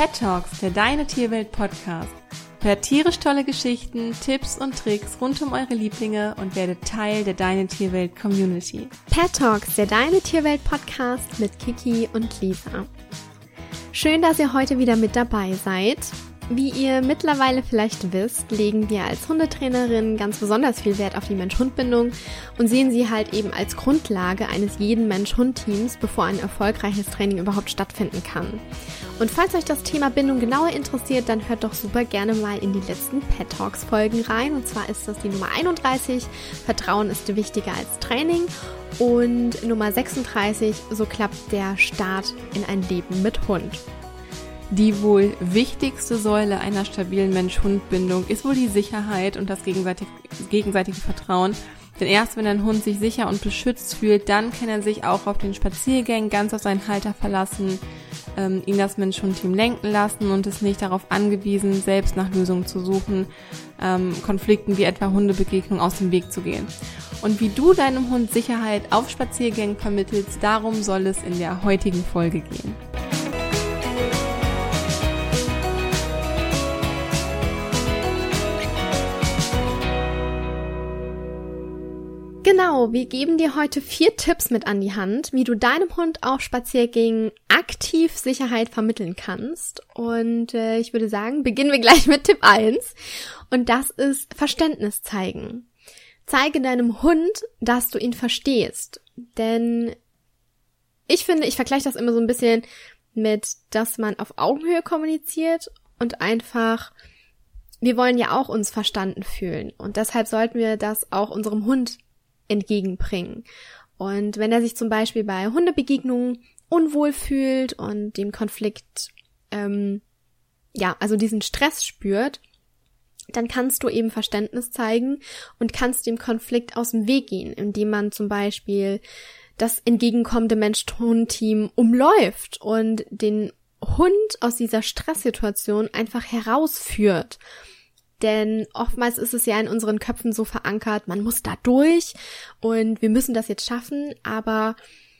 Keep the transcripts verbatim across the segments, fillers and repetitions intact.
Pet Talks, der Deine Tierwelt Podcast. Hört tierisch tolle Geschichten, Tipps und Tricks rund um eure Lieblinge und werdet Teil der Deine Tierwelt Community. Pet Talks, der Deine Tierwelt Podcast mit Kiki und Lisa. Schön, dass ihr heute wieder mit dabei seid. Wie ihr mittlerweile vielleicht wisst, legen wir als Hundetrainerin ganz besonders viel Wert auf die Mensch-Hund-Bindung und sehen sie halt eben als Grundlage eines jeden Mensch-Hund-Teams, bevor ein erfolgreiches Training überhaupt stattfinden kann. Und falls euch das Thema Bindung genauer interessiert, dann hört doch super gerne mal in die letzten Pet Talks Folgen rein. Und zwar ist das die Nummer einunddreißig, Vertrauen ist wichtiger als Training, und Nummer sechsunddreißig, so klappt der Start in ein Leben mit Hund. Die wohl wichtigste Säule einer stabilen Mensch-Hund-Bindung ist wohl die Sicherheit und das gegenseitige, gegenseitige Vertrauen. Denn erst wenn ein Hund sich sicher und beschützt fühlt, dann kann er sich auch auf den Spaziergängen ganz auf seinen Halter verlassen, ähm, ihn das Mensch-Hund-Team lenken lassen und ist nicht darauf angewiesen, selbst nach Lösungen zu suchen, ähm, Konflikten wie etwa Hundebegegnungen aus dem Weg zu gehen. Und wie du deinem Hund Sicherheit auf Spaziergängen vermittelst, darum soll es in der heutigen Folge gehen. Genau, wir geben dir heute vier Tipps mit an die Hand, wie du deinem Hund auf Spaziergängen aktiv Sicherheit vermitteln kannst. Und äh, ich würde sagen, beginnen wir gleich mit Tipp eins. Und das ist Verständnis zeigen. Zeige deinem Hund, dass du ihn verstehst. Denn ich finde, ich vergleiche das immer so ein bisschen mit, dass man auf Augenhöhe kommuniziert und einfach, wir wollen ja auch uns verstanden fühlen. Und deshalb sollten wir das auch unserem Hund entgegenbringen. Und wenn er sich zum Beispiel bei Hundebegegnungen unwohl fühlt und dem Konflikt, ähm, ja, also diesen Stress spürt, dann kannst du eben Verständnis zeigen und kannst dem Konflikt aus dem Weg gehen, indem man zum Beispiel das entgegenkommende Mensch-Hund-Team umläuft und den Hund aus dieser Stresssituation einfach herausführt. Denn oftmals ist es ja in unseren Köpfen so verankert, man muss da durch und wir müssen das jetzt schaffen, aber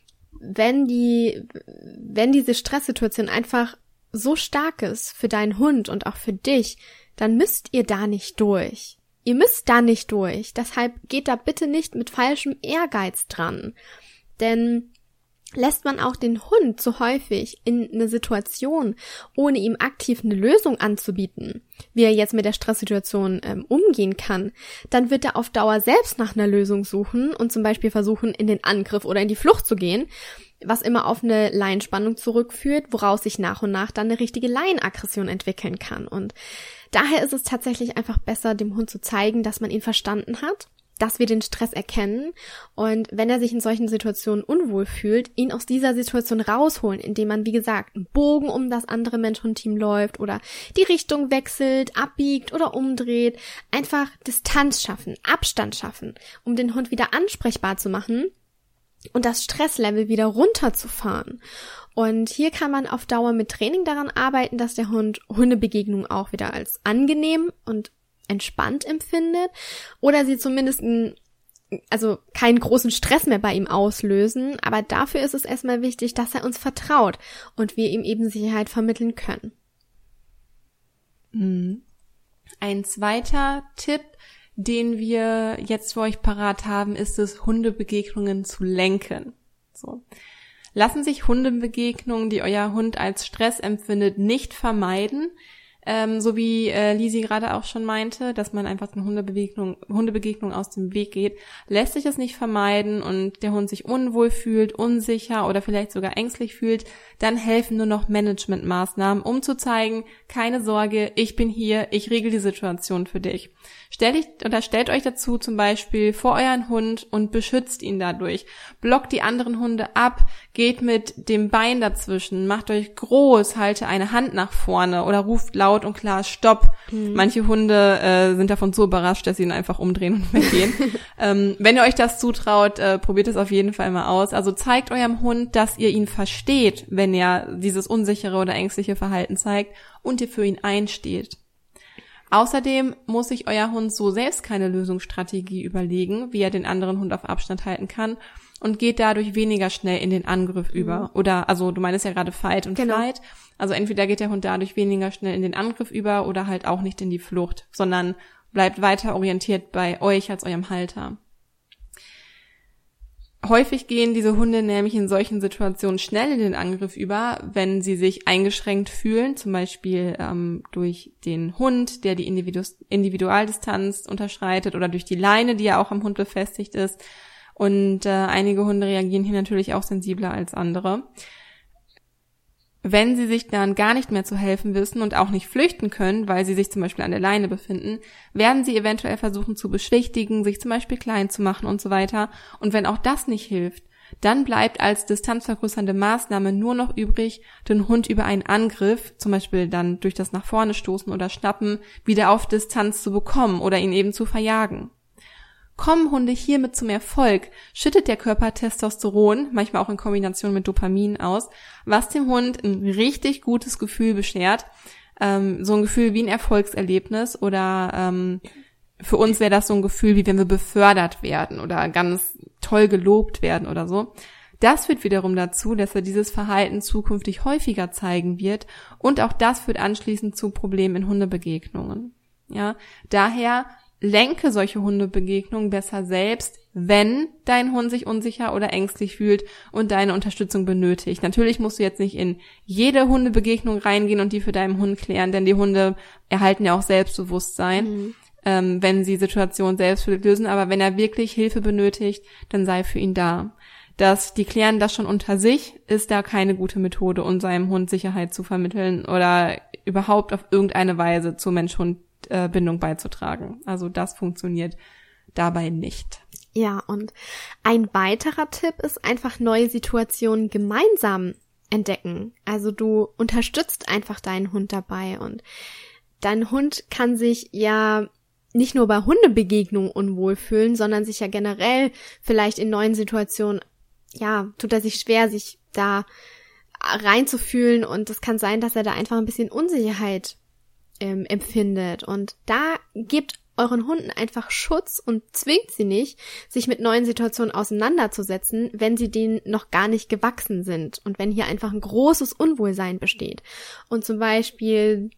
wenn die, wenn diese Stresssituation einfach so stark ist für deinen Hund und auch für dich, dann müsst ihr da nicht durch. Ihr müsst da nicht durch. Deshalb geht da bitte nicht mit falschem Ehrgeiz dran. Denn lässt man auch den Hund zu häufig in eine Situation, ohne ihm aktiv eine Lösung anzubieten, wie er jetzt mit der Stresssituation ähm, umgehen kann, dann wird er auf Dauer selbst nach einer Lösung suchen und zum Beispiel versuchen, in den Angriff oder in die Flucht zu gehen, was immer auf eine Laienspannung zurückführt, woraus sich nach und nach dann eine richtige Laienaggression entwickeln kann. Und daher ist es tatsächlich einfach besser, dem Hund zu zeigen, dass man ihn verstanden hat, dass wir den Stress erkennen und wenn er sich in solchen Situationen unwohl fühlt, ihn aus dieser Situation rausholen, indem man, wie gesagt, einen Bogen um das andere Mensch-Hund-Team läuft oder die Richtung wechselt, abbiegt oder umdreht. Einfach Distanz schaffen, Abstand schaffen, um den Hund wieder ansprechbar zu machen und das Stresslevel wieder runterzufahren. Und hier kann man auf Dauer mit Training daran arbeiten, dass der Hund Hundebegegnungen auch wieder als angenehm und entspannt empfindet oder sie zumindest ein, also keinen großen Stress mehr bei ihm auslösen, aber dafür ist es erstmal wichtig, dass er uns vertraut und wir ihm eben Sicherheit vermitteln können. Ein zweiter Tipp, den wir jetzt für euch parat haben, ist es, Hundebegegnungen zu lenken. So. Lassen sich Hundebegegnungen, die euer Hund als Stress empfindet, nicht vermeiden. Ähm, so wie äh, Lisi gerade auch schon meinte, dass man einfach eine Hundebegegnung, Hundebegegnung aus dem Weg geht, lässt sich es nicht vermeiden und der Hund sich unwohl fühlt, unsicher oder vielleicht sogar ängstlich fühlt, dann helfen nur noch Managementmaßnahmen, um zu zeigen, keine Sorge, ich bin hier, ich regel die Situation für dich. Stellt ich, oder stellt euch dazu zum Beispiel vor euren Hund und beschützt ihn dadurch. Blockt die anderen Hunde ab, geht mit dem Bein dazwischen, macht euch groß, halte eine Hand nach vorne oder ruft laut und klar Stopp. Mhm. Manche Hunde äh, sind davon so überrascht, dass sie ihn einfach umdrehen und weggehen. ähm, wenn ihr euch das zutraut, äh, probiert es auf jeden Fall mal aus. Also zeigt eurem Hund, dass ihr ihn versteht, wenn er dieses unsichere oder ängstliche Verhalten zeigt und ihr für ihn einsteht. Außerdem muss sich euer Hund so selbst keine Lösungsstrategie überlegen, wie er den anderen Hund auf Abstand halten kann und geht dadurch weniger schnell in den Angriff mhm. über. Oder, also du meinst ja gerade Fight und genau. Flight. Also entweder geht der Hund dadurch weniger schnell in den Angriff über oder halt auch nicht in die Flucht, sondern bleibt weiter orientiert bei euch als eurem Halter. Häufig gehen diese Hunde nämlich in solchen Situationen schnell in den Angriff über, wenn sie sich eingeschränkt fühlen, zum Beispiel ähm, durch den Hund, der die Individu- Individualdistanz unterschreitet oder durch die Leine, die ja auch am Hund befestigt ist. Und äh, einige Hunde reagieren hier natürlich auch sensibler als andere. Wenn sie sich dann gar nicht mehr zu helfen wissen und auch nicht flüchten können, weil sie sich zum Beispiel an der Leine befinden, werden sie eventuell versuchen zu beschwichtigen, sich zum Beispiel klein zu machen und so weiter. Und wenn auch das nicht hilft, dann bleibt als distanzvergrößernde Maßnahme nur noch übrig, den Hund über einen Angriff, zum Beispiel dann durch das nach vorne stoßen oder schnappen, wieder auf Distanz zu bekommen oder ihn eben zu verjagen. Kommen Hunde hiermit zum Erfolg, schüttet der Körper Testosteron, manchmal auch in Kombination mit Dopamin aus, was dem Hund ein richtig gutes Gefühl beschert. Ähm, so ein Gefühl wie ein Erfolgserlebnis oder ähm, für uns wäre das so ein Gefühl, wie wenn wir befördert werden oder ganz toll gelobt werden oder so. Das führt wiederum dazu, dass er dieses Verhalten zukünftig häufiger zeigen wird und auch das führt anschließend zu Problemen in Hundebegegnungen. Ja, daher lenke solche Hundebegegnungen besser selbst, wenn dein Hund sich unsicher oder ängstlich fühlt und deine Unterstützung benötigt. Natürlich musst du jetzt nicht in jede Hundebegegnung reingehen und die für deinen Hund klären, denn die Hunde erhalten ja auch Selbstbewusstsein, mhm. ähm, wenn sie Situationen selbst lösen. Aber wenn er wirklich Hilfe benötigt, dann sei für ihn da. Dass die klären das schon unter sich, ist da keine gute Methode, um seinem Hund Sicherheit zu vermitteln oder überhaupt auf irgendeine Weise zur Mensch-Hund-Bindung beizutragen. Also das funktioniert dabei nicht. Ja, und ein weiterer Tipp ist einfach neue Situationen gemeinsam entdecken. Also du unterstützt einfach deinen Hund dabei und dein Hund kann sich ja nicht nur bei Hundebegegnungen unwohl fühlen, sondern sich ja generell vielleicht in neuen Situationen, ja, tut er sich schwer, sich da reinzufühlen und es kann sein, dass er da einfach ein bisschen Unsicherheit ähm, empfindet und da gebt euren Hunden einfach Schutz und zwingt sie nicht, sich mit neuen Situationen auseinanderzusetzen, wenn sie denen noch gar nicht gewachsen sind und wenn hier einfach ein großes Unwohlsein besteht. Und zum Beispiel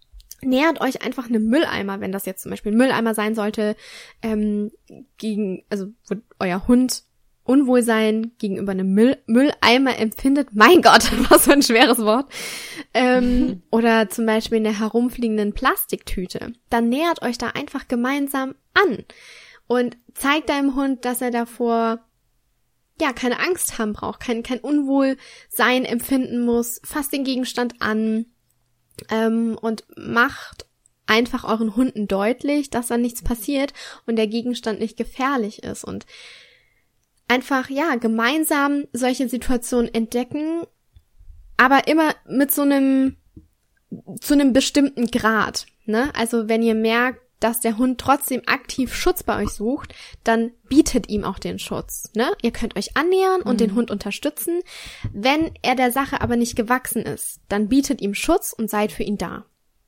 nähert euch einfach einem Mülleimer, wenn das jetzt zum Beispiel ein Mülleimer sein sollte, ähm, gegen, also wo euer Hund Unwohlsein gegenüber einem Müll, Mülleimer empfindet. Mein Gott, was für ein schweres Wort. Ähm, oder zum Beispiel in der herumfliegenden Plastiktüte. Dann nähert euch da einfach gemeinsam an und zeigt deinem Hund, dass er davor ja keine Angst haben braucht, kein, kein Unwohlsein empfinden muss. Fasst den Gegenstand an ähm, und macht einfach euren Hunden deutlich, dass da nichts passiert und der Gegenstand nicht gefährlich ist. Und einfach, ja, gemeinsam solche Situationen entdecken, aber immer mit so einem, zu einem bestimmten Grad, ne? Also wenn ihr merkt, dass der Hund trotzdem aktiv Schutz bei euch sucht, dann bietet ihm auch den Schutz, ne? Ihr könnt euch annähern und mhm. den Hund unterstützen. Wenn er der Sache aber nicht gewachsen ist, dann bietet ihm Schutz und seid für ihn da.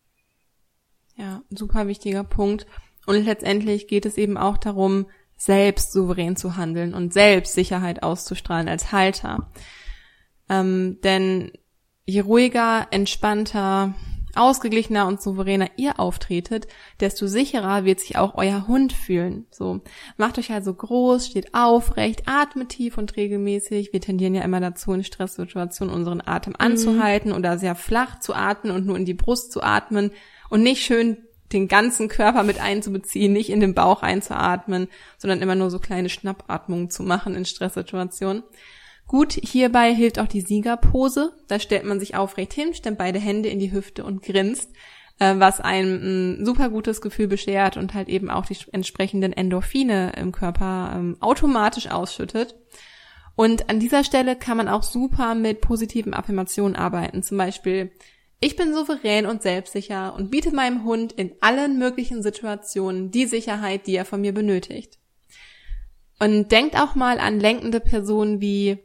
Ja, super wichtiger Punkt. Und letztendlich geht es eben auch darum, selbst souverän zu handeln und selbst Sicherheit auszustrahlen als Halter. Ähm, denn je ruhiger, entspannter, ausgeglichener und souveräner ihr auftretet, desto sicherer wird sich auch euer Hund fühlen. So, macht euch also groß, steht aufrecht, atmet tief und regelmäßig. Wir tendieren ja immer dazu, in Stresssituationen unseren Atem anzuhalten mhm. oder sehr flach zu atmen und nur in die Brust zu atmen und nicht schön den ganzen Körper mit einzubeziehen, nicht in den Bauch einzuatmen, sondern immer nur so kleine Schnappatmungen zu machen in Stresssituationen. Gut, hierbei hilft auch die Siegerpose. Da stellt man sich aufrecht hin, stemmt beide Hände in die Hüfte und grinst, äh, was einem ein super gutes Gefühl beschert und halt eben auch die entsprechenden Endorphine im Körper ähm, automatisch ausschüttet. Und an dieser Stelle kann man auch super mit positiven Affirmationen arbeiten. Zum Beispiel: Ich bin souverän und selbstsicher und biete meinem Hund in allen möglichen Situationen die Sicherheit, die er von mir benötigt. Und denkt auch mal an lenkende Personen wie: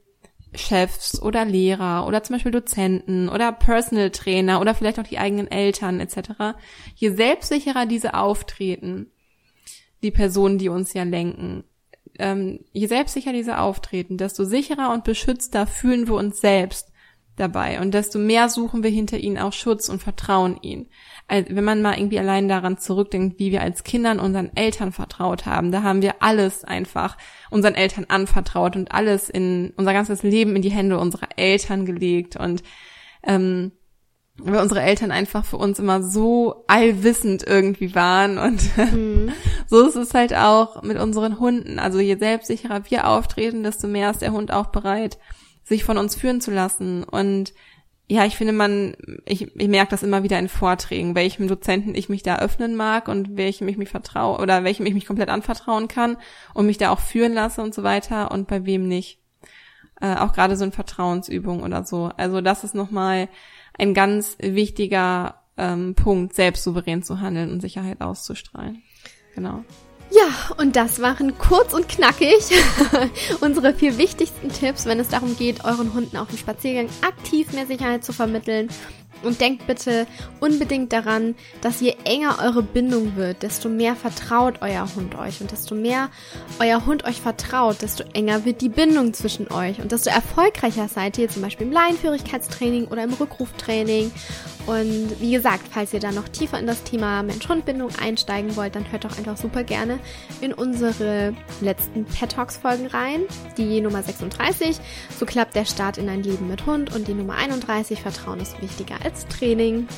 Chefs oder Lehrer oder zum Beispiel Dozenten oder Personal Trainer oder vielleicht auch die eigenen Eltern et cetera. Je selbstsicherer diese auftreten, die Personen, die uns ja lenken, ähm, je selbstsicherer diese auftreten, desto sicherer und beschützter fühlen wir uns selbst dabei und desto mehr suchen wir hinter ihnen auch Schutz und vertrauen ihnen. Also wenn man mal irgendwie allein daran zurückdenkt, wie wir als Kindern unseren Eltern vertraut haben, da haben wir alles einfach unseren Eltern anvertraut und alles in unser ganzes Leben in die Hände unserer Eltern gelegt und ähm, weil unsere Eltern einfach für uns immer so allwissend irgendwie waren und mhm. so ist es halt auch mit unseren Hunden. Also je selbstsicherer wir auftreten, desto mehr ist der Hund auch bereit, sich von uns führen zu lassen. Und ja, ich finde, man, ich, ich merke das immer wieder in Vorträgen, welchem Dozenten ich mich da öffnen mag und welchem ich mich vertraue oder welchem ich mich komplett anvertrauen kann und mich da auch führen lasse und so weiter und bei wem nicht. Äh, auch gerade so in Vertrauensübungen oder so. Also das ist nochmal ein ganz wichtiger ähm, Punkt, selbst souverän zu handeln und Sicherheit auszustrahlen. Genau. Ja, und das waren kurz und knackig unsere vier wichtigsten Tipps, wenn es darum geht, euren Hunden auf dem Spaziergang aktiv mehr Sicherheit zu vermitteln. Und denkt bitte unbedingt daran, dass je enger eure Bindung wird, desto mehr vertraut euer Hund euch. Und desto mehr euer Hund euch vertraut, desto enger wird die Bindung zwischen euch. Und desto erfolgreicher seid ihr zum Beispiel im Leinenführigkeitstraining oder im Rückruftraining. Und wie gesagt, falls ihr da noch tiefer in das Thema Mensch-Hund-Bindung einsteigen wollt, dann hört doch einfach super gerne in unsere letzten Pet Talks Folgen rein. Die Nummer sechsunddreißig, so klappt der Start in ein Leben mit Hund, und die Nummer einunddreißig, Vertrauen ist wichtiger als Training.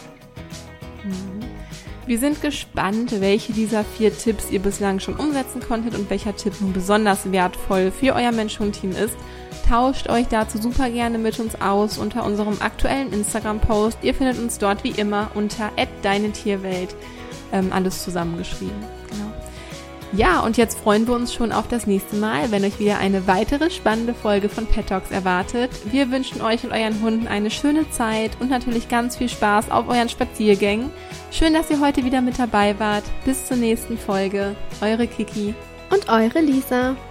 Wir sind gespannt, welche dieser vier Tipps ihr bislang schon umsetzen konntet und welcher Tipp nun besonders wertvoll für euer Mensch-Hund-Team ist. Tauscht euch dazu super gerne mit uns aus unter unserem aktuellen Instagram-Post. Ihr findet uns dort wie immer unter at deine Tierwelt, ähm, alles zusammengeschrieben. Genau. Ja, und jetzt freuen wir uns schon auf das nächste Mal, wenn euch wieder eine weitere spannende Folge von Pet Talks erwartet. Wir wünschen euch und euren Hunden eine schöne Zeit und natürlich ganz viel Spaß auf euren Spaziergängen. Schön, dass ihr heute wieder mit dabei wart. Bis zur nächsten Folge. Eure Kiki und eure Lisa.